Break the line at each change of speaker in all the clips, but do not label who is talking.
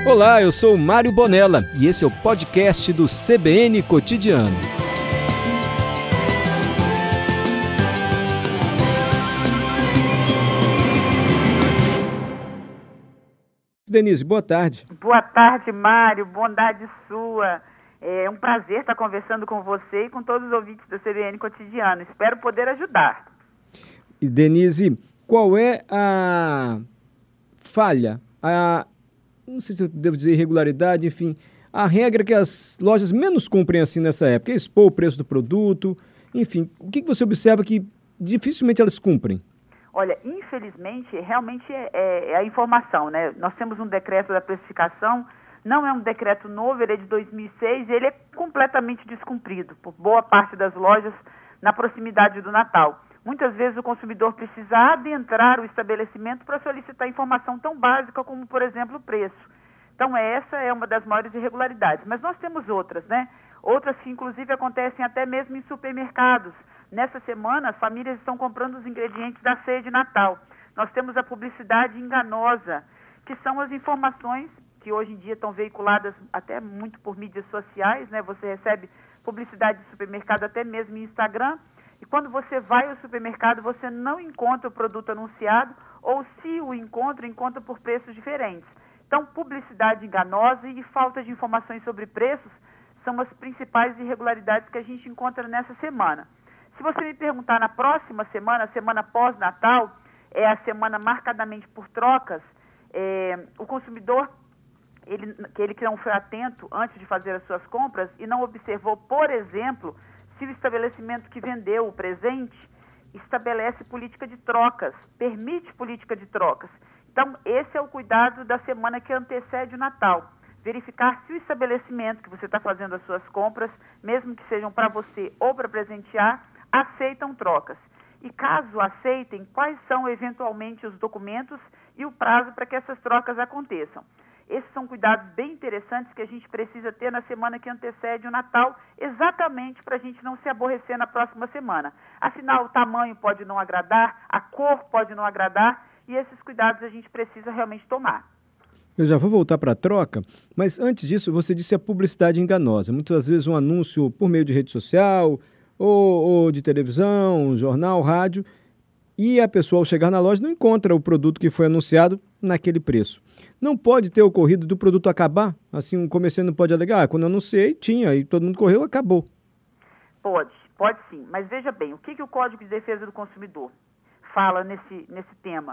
Olá, eu sou o Mário Bonella e esse é o podcast do CBN Cotidiano. Denise, boa tarde.
Boa tarde, Mário. Bondade sua. É um prazer estar conversando com você e com todos os ouvintes do CBN Cotidiano. Espero poder ajudar.
E Denise, qual é a falha, não sei se eu devo dizer irregularidade, enfim, a regra que as lojas menos cumprem assim nessa época? É expor o preço do produto, enfim, o que você observa que dificilmente elas cumprem?
Olha, infelizmente, realmente é a informação, né? Nós temos um decreto da precificação, não é um decreto novo, ele é de 2006, ele é completamente descumprido por boa parte das lojas na proximidade do Natal. Muitas vezes o consumidor precisa adentrar o estabelecimento para solicitar informação tão básica como, por exemplo, o preço. Então, essa é uma das maiores irregularidades. Mas nós temos outras, né? Outras que, inclusive, acontecem até mesmo em supermercados. Nessa semana, as famílias estão comprando os ingredientes da ceia de Natal. Nós temos a publicidade enganosa, que são as informações que hoje em dia estão veiculadas até muito por mídias sociais, né? Você recebe publicidade de supermercado até mesmo em Instagram. E quando você vai ao supermercado, você não encontra o produto anunciado, ou se o encontra por preços diferentes. Então, publicidade enganosa e falta de informações sobre preços são as principais irregularidades que a gente encontra nessa semana. Se você me perguntar na próxima semana, a semana pós-Natal, é a semana marcadamente por trocas, o consumidor, ele que não foi atento antes de fazer as suas compras e não observou, por exemplo, se o estabelecimento que vendeu o presente estabelece política de trocas, permite política de trocas. Então, esse é o cuidado da semana que antecede o Natal. Verificar se o estabelecimento que você está fazendo as suas compras, mesmo que sejam para você ou para presentear, aceitam trocas. E caso aceitem, quais são eventualmente os documentos e o prazo para que essas trocas aconteçam. Esses são cuidados bem interessantes que a gente precisa ter na semana que antecede o Natal, exatamente para a gente não se aborrecer na próxima semana. Afinal, o tamanho pode não agradar, a cor pode não agradar, e esses cuidados a gente precisa realmente tomar.
Eu já vou voltar para a troca, mas antes disso, você disse a publicidade enganosa. Muitas vezes um anúncio por meio de rede social, ou de televisão, jornal, rádio, e a pessoa, ao chegar na loja, não encontra o produto que foi anunciado naquele preço. Não pode ter ocorrido do produto acabar? Assim, um comerciante não pode alegar, quando eu anunciei, tinha, e todo mundo correu, acabou.
Pode sim, mas veja bem, o que o Código de Defesa do Consumidor fala nesse tema?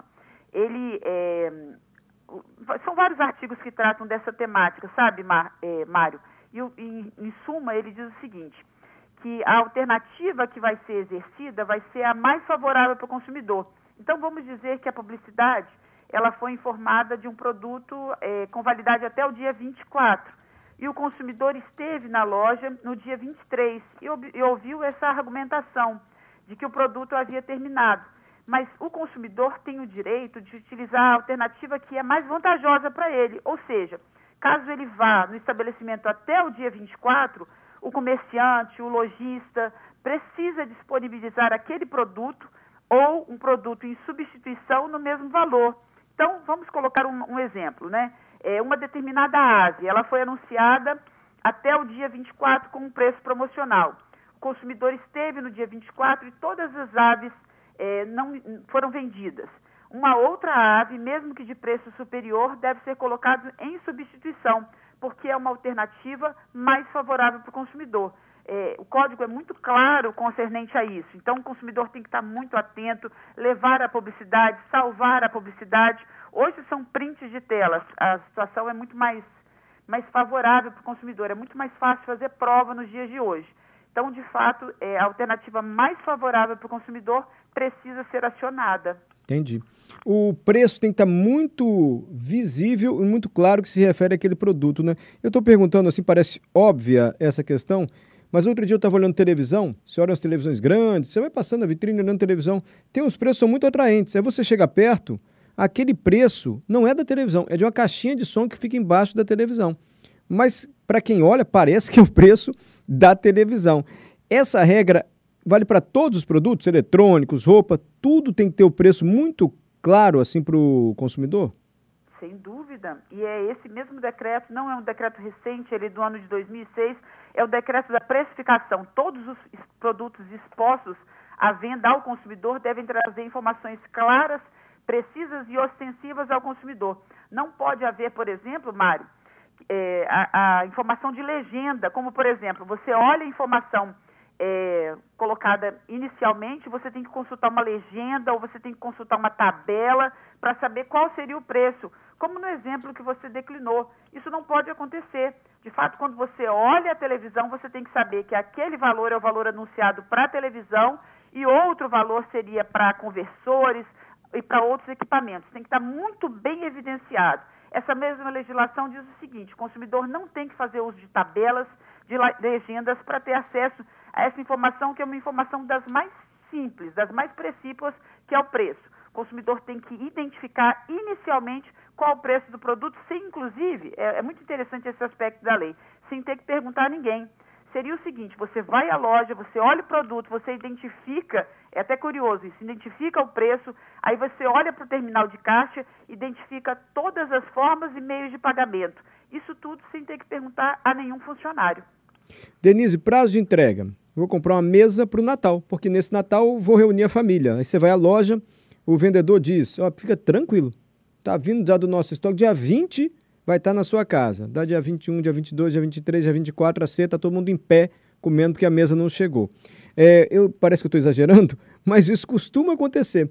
São vários artigos que tratam dessa temática, sabe, Mário? E em suma, ele diz o seguinte, que a alternativa que vai ser exercida vai ser a mais favorável para o consumidor. Então, vamos dizer que a publicidade ela foi informada de um produto com validade até o dia 24. E o consumidor esteve na loja no dia 23 e ouviu essa argumentação de que o produto havia terminado. Mas o consumidor tem o direito de utilizar a alternativa que é mais vantajosa para ele. Ou seja, caso ele vá no estabelecimento até o dia 24, o comerciante, o lojista, precisa disponibilizar aquele produto ou um produto em substituição no mesmo valor. Então, vamos colocar um exemplo, né? Uma determinada ave, ela foi anunciada até o dia 24 com um preço promocional. O consumidor esteve no dia 24 e todas as aves não foram vendidas. Uma outra ave, mesmo que de preço superior, deve ser colocada em substituição, porque é uma alternativa mais favorável para o consumidor. O código é muito claro concernente a isso. Então, o consumidor tem que estar muito atento, levar a publicidade, salvar a publicidade. Hoje são prints de telas. A situação é muito mais favorável para o consumidor. É muito mais fácil fazer prova nos dias de hoje. Então, de fato, a alternativa mais favorável para o consumidor precisa ser acionada.
Entendi. O preço tem que estar muito visível e muito claro que se refere àquele produto, né? Eu estou perguntando assim, parece óbvia essa questão, mas outro dia eu estava olhando televisão, você olha as televisões grandes, você vai passando a vitrine olhando televisão, tem uns preços que são muito atraentes. Aí você chega perto, aquele preço não é da televisão, é de uma caixinha de som que fica embaixo da televisão. Mas para quem olha, parece que é o preço da televisão. Essa regra vale para todos os produtos, eletrônicos, roupa, tudo tem que ter o preço muito claro assim para o consumidor?
sem dúvida, e é esse mesmo decreto, não é um decreto recente, ele é do ano de 2006, é o decreto da precificação. Todos os produtos expostos à venda ao consumidor devem trazer informações claras, precisas e ostensivas ao consumidor. Não pode haver, por exemplo, Mário, a informação de legenda, como, por exemplo, você olha a informação colocada inicialmente, você tem que consultar uma legenda ou você tem que consultar uma tabela para saber qual seria o preço, como no exemplo que você declinou. Isso não pode acontecer. De fato, quando você olha a televisão, você tem que saber que aquele valor é o valor anunciado para a televisão e outro valor seria para conversores e para outros equipamentos. Tem que estar muito bem evidenciado. Essa mesma legislação diz o seguinte: o consumidor não tem que fazer uso de tabelas, de legendas para ter acesso a essa informação, que é uma informação das mais simples, das mais precípias, que é o preço. O consumidor tem que identificar inicialmente qual o preço do produto, sem inclusive, é muito interessante esse aspecto da lei, sem ter que perguntar a ninguém. Seria o seguinte: você vai à loja, você olha o produto, você identifica, é até curioso isso, identifica o preço, aí você olha para o terminal de caixa, identifica todas as formas e meios de pagamento. Isso tudo sem ter que perguntar a nenhum funcionário.
Denise, prazo de entrega. Vou comprar uma mesa para o Natal, porque nesse Natal vou reunir a família. Aí você vai à loja, o vendedor diz: ó, fica tranquilo, tá vindo já do nosso estoque, dia 20 vai estar na sua casa. Dá dia 21, dia 22, dia 23, dia 24, a ceia, tá todo mundo em pé comendo porque a mesa não chegou. Parece que eu estou exagerando, mas isso costuma acontecer.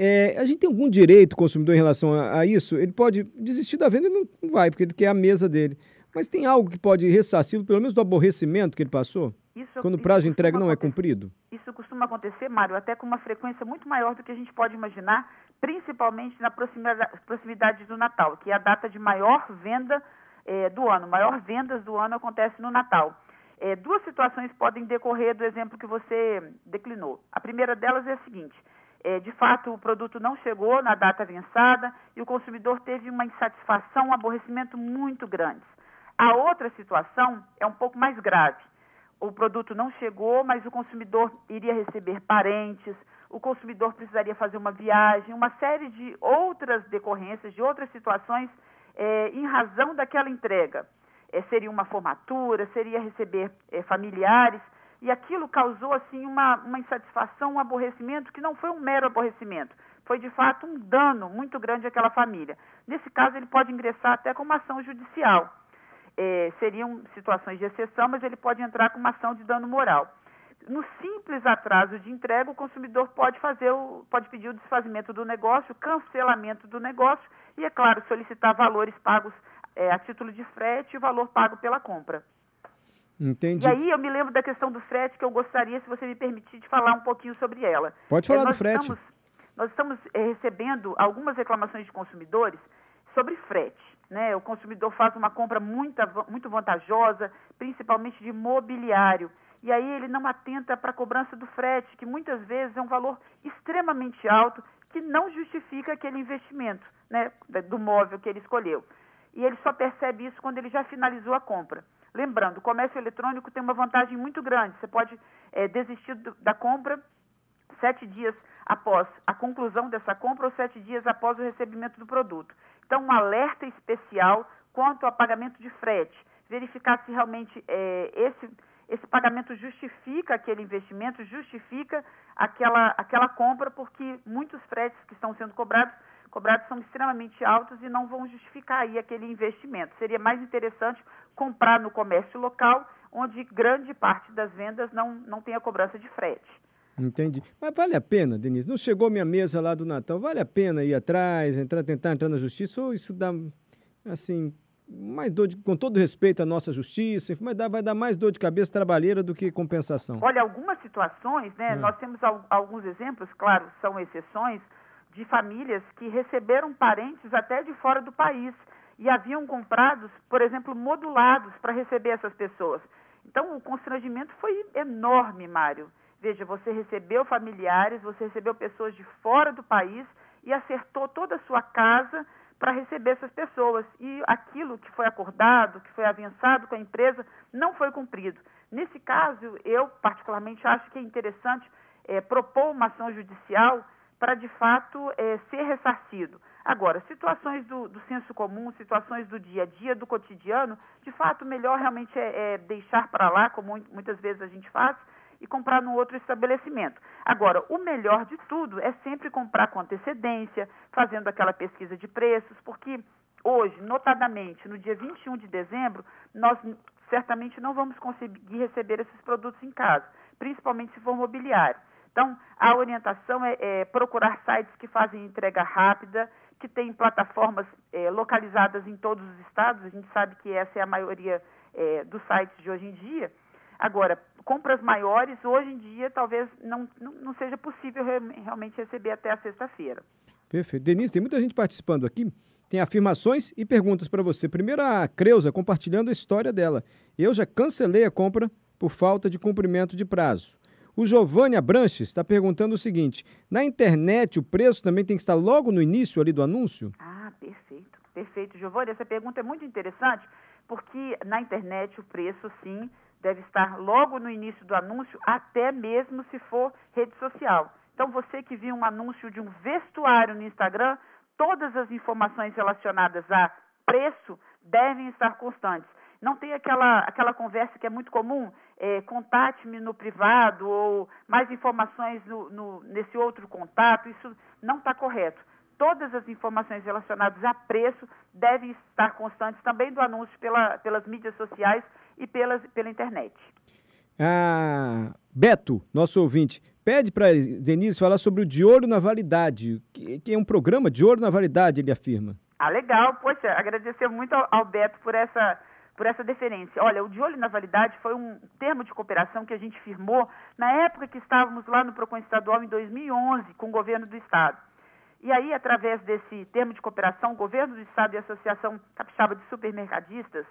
A gente tem algum direito, consumidor, em relação a isso? Ele pode desistir da venda e não vai, porque ele quer a mesa dele. Mas tem algo que pode ressarci-lo, pelo menos do aborrecimento que ele passou? Quando o prazo de entrega não é cumprido?
Isso costuma acontecer, Mário, até com uma frequência muito maior do que a gente pode imaginar, principalmente na proximidade do Natal, que é a data de maior venda do ano. Maior vendas do ano acontece no Natal. Duas situações podem decorrer do exemplo que você declinou. A primeira delas é a seguinte: de fato, o produto não chegou na data avançada e o consumidor teve uma insatisfação, um aborrecimento muito grandes. A outra situação é um pouco mais grave. O produto não chegou, mas o consumidor iria receber parentes, o consumidor precisaria fazer uma viagem, uma série de outras decorrências, de outras situações em razão daquela entrega. Seria uma formatura, seria receber familiares, e aquilo causou assim uma insatisfação, um aborrecimento que não foi um mero aborrecimento, foi de fato um dano muito grande àquela família. Nesse caso, ele pode ingressar até com uma ação judicial. Seriam situações de exceção, mas ele pode entrar com uma ação de dano moral. No simples atraso de entrega, o consumidor pode pedir o desfazimento do negócio, cancelamento do negócio e, é claro, solicitar valores pagos a título de frete e o valor pago pela compra.
Entendi.
E aí eu me lembro da questão do frete, que eu gostaria, se você me permitir, de falar um pouquinho sobre ela.
Pode falar do frete.
Nós estamos recebendo algumas reclamações de consumidores sobre frete. Né? O consumidor faz uma compra muito vantajosa, principalmente de mobiliário, e aí ele não atenta para a cobrança do frete, que muitas vezes é um valor extremamente alto, que não justifica aquele investimento, né, do móvel que ele escolheu. E ele só percebe isso quando ele já finalizou a compra. Lembrando, o comércio eletrônico tem uma vantagem muito grande. Você pode desistir da compra 7 dias após a conclusão dessa compra ou 7 dias após o recebimento do produto. Então, um alerta especial quanto ao pagamento de frete. Verificar se realmente esse pagamento justifica aquele investimento, justifica aquela compra, porque muitos fretes que estão sendo cobrados são extremamente altos e não vão justificar aí aquele investimento. Seria mais interessante comprar no comércio local, onde grande parte das vendas não tem a cobrança de frete.
Entendi. Mas vale a pena, Denise? Não chegou minha mesa lá do Natal, vale a pena ir atrás, tentar entrar na justiça, ou isso dá, assim, mais dor com todo respeito à nossa justiça, mas vai dar mais dor de cabeça trabalheira do que compensação?
Olha, algumas situações, né, nós temos alguns exemplos, claro, são exceções, de famílias que receberam parentes até de fora do país e haviam comprados, por exemplo, modulados para receber essas pessoas. Então, o constrangimento foi enorme, Mário. Veja, você recebeu familiares, você recebeu pessoas de fora do país e acertou toda a sua casa para receber essas pessoas. E aquilo que foi acordado, que foi avançado com a empresa, não foi cumprido. Nesse caso, eu particularmente acho que é interessante propor uma ação judicial para, de fato, ser ressarcido. Agora, situações do senso comum, situações do dia a dia, do cotidiano, de fato, o melhor realmente é deixar para lá, como muitas vezes a gente faz, e comprar no outro estabelecimento. Agora, o melhor de tudo é sempre comprar com antecedência, fazendo aquela pesquisa de preços, porque hoje, notadamente, no dia 21 de dezembro, nós certamente não vamos conseguir receber esses produtos em casa, principalmente se for mobiliário. Então, a orientação é procurar sites que fazem entrega rápida, que têm plataformas localizadas em todos os estados. A gente sabe que essa é a maioria dos sites de hoje em dia. Agora, compras maiores, hoje em dia, talvez não seja possível realmente receber até a sexta-feira.
Perfeito. Denise, tem muita gente participando aqui. Tem afirmações e perguntas para você. Primeiro, a Creuza compartilhando a história dela. Eu já cancelei a compra por falta de cumprimento de prazo. O Giovanni Abranches está perguntando o seguinte: na internet o preço também tem que estar logo no início ali do anúncio?
Ah, perfeito. Perfeito, Giovanni. Essa pergunta é muito interessante, porque na internet o preço, sim, deve estar logo no início do anúncio, até mesmo se for rede social. Então, você que viu um anúncio de um vestuário no Instagram, todas as informações relacionadas a preço devem estar constantes. Não tem aquela conversa que é muito comum, contate-me no privado ou mais informações nesse outro contato. Isso não está correto. Todas as informações relacionadas a preço devem estar constantes também do anúncio pelas mídias sociais e pela internet.
Beto, nosso ouvinte, pede para Denise falar sobre o De Olho na Validade, que é um programa de olho na validade, ele afirma.
Ah, legal. Poxa, agradecer muito ao Beto por essa deferência. Olha, o De Olho na Validade foi um termo de cooperação que a gente firmou na época que estávamos lá no PROCON estadual em 2011 com o governo do estado. E aí, através desse termo de cooperação, o governo do estado e a Associação Capixaba de Supermercadistas,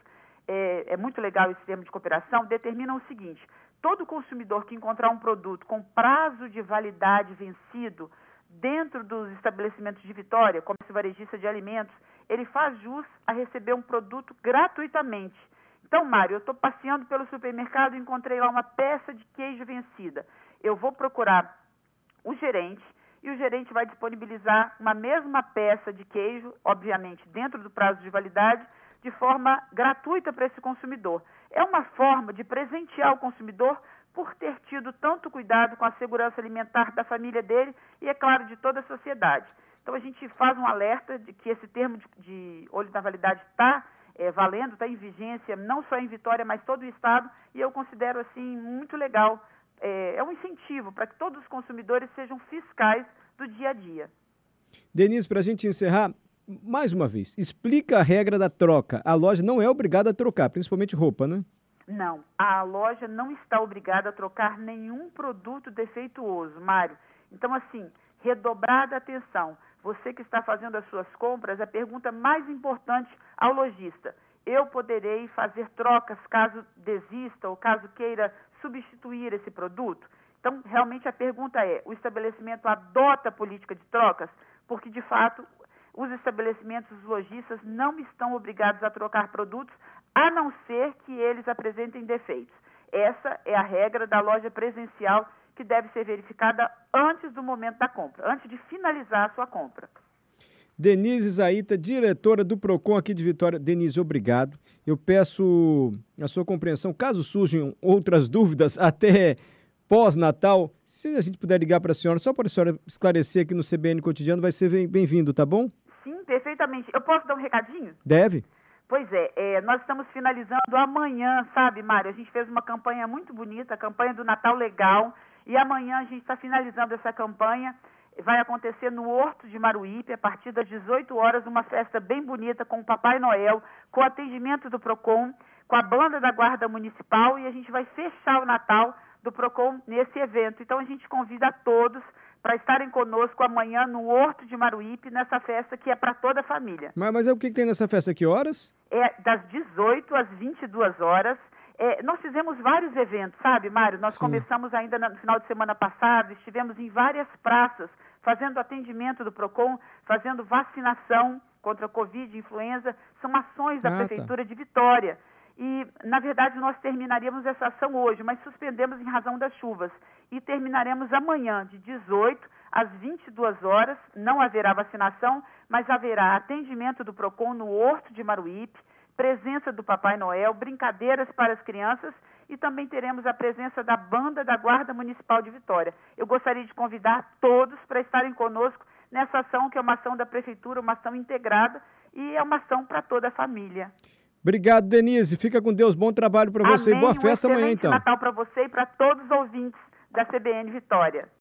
é muito legal esse termo de cooperação, determinam o seguinte: todo consumidor que encontrar um produto com prazo de validade vencido dentro dos estabelecimentos de Vitória, como esse varejista de alimentos, ele faz jus a receber um produto gratuitamente. Então, Mário, eu estou passeando pelo supermercado e encontrei lá uma peça de queijo vencida. Eu vou procurar o gerente e o gerente vai disponibilizar uma mesma peça de queijo, obviamente dentro do prazo de validade, de forma gratuita para esse consumidor. É uma forma de presentear o consumidor por ter tido tanto cuidado com a segurança alimentar da família dele e, é claro, de toda a sociedade. Então, a gente faz um alerta de que esse termo de olho na validade está valendo, está em vigência, não só em Vitória, mas todo o estado, e eu considero, assim, muito legal. É um incentivo para que todos os consumidores sejam fiscais do dia a dia.
Denise, para a gente encerrar, mais uma vez, explica a regra da troca. A loja não é obrigada a trocar, principalmente roupa, né?
Não, a loja não está obrigada a trocar nenhum produto defeituoso, Mário. Então, assim, redobrada atenção. Você que está fazendo as suas compras, a pergunta mais importante ao lojista: eu poderei fazer trocas caso desista ou caso queira substituir esse produto? Então, realmente a pergunta é: o estabelecimento adota a política de trocas? Porque, de fato, os estabelecimentos, os lojistas, não estão obrigados a trocar produtos, a não ser que eles apresentem defeitos. Essa é a regra da loja presencial, que deve ser verificada antes do momento da compra, antes de finalizar a sua compra.
Denise Zaita, diretora do PROCON aqui de Vitória. Denise, obrigado. Eu peço a sua compreensão, caso surjam outras dúvidas até pós-Natal, se a gente puder ligar para a senhora, só para a senhora esclarecer aqui no CBN Cotidiano, vai ser bem-vindo, tá bom?
Sim, perfeitamente. Eu posso dar um recadinho?
Deve.
Pois nós estamos finalizando amanhã, sabe, Mário? A gente fez uma campanha muito bonita, a campanha do Natal Legal, e amanhã a gente está finalizando essa campanha. Vai acontecer no Horto de Maruípe, a partir das 18 horas, uma festa bem bonita com o Papai Noel, com o atendimento do PROCON, com a banda da Guarda Municipal, e a gente vai fechar o Natal do PROCON nesse evento. Então a gente convida a todos para estarem conosco amanhã no Horto de Maruípe, nessa festa que é para toda a família.
Mas o que tem nessa festa? Que horas?
É das 18 às 22 horas. Nós fizemos vários eventos, sabe, Mário? Nós começamos ainda no final de semana passado, estivemos em várias praças, fazendo atendimento do PROCON, fazendo vacinação contra a Covid e influenza. São ações da Prefeitura de Vitória. E, na verdade, nós terminaríamos essa ação hoje, mas suspendemos em razão das chuvas. E terminaremos amanhã, de 18 às 22 horas. Não haverá vacinação, mas haverá atendimento do PROCON no Horto de Maruípe, presença do Papai Noel, brincadeiras para as crianças e também teremos a presença da banda da Guarda Municipal de Vitória. Eu gostaria de convidar todos para estarem conosco nessa ação, que é uma ação da Prefeitura, uma ação integrada e é uma ação para toda a família.
Obrigado, Denise. Fica com Deus. Bom trabalho para você.
Amém.
Boa festa amanhã, então.
Natal para você e para todos os ouvintes da CBN Vitória.